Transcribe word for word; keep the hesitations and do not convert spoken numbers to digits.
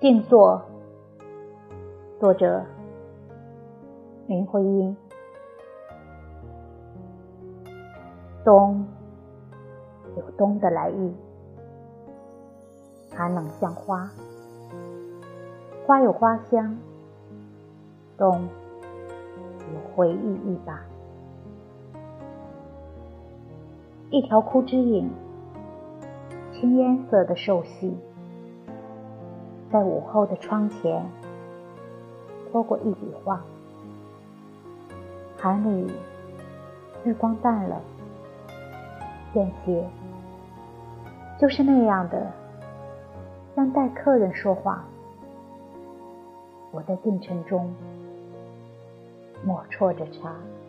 静坐，作者林徽因。冬有冬的来意，寒冷像花，花有花香，冬有回忆一把。一条枯枝影，青烟色的瘦细，在午后的窗前拖过一笔画。寒里日光淡了，便携就是那样的，像待客人说话。我在定尘中默啜着茶。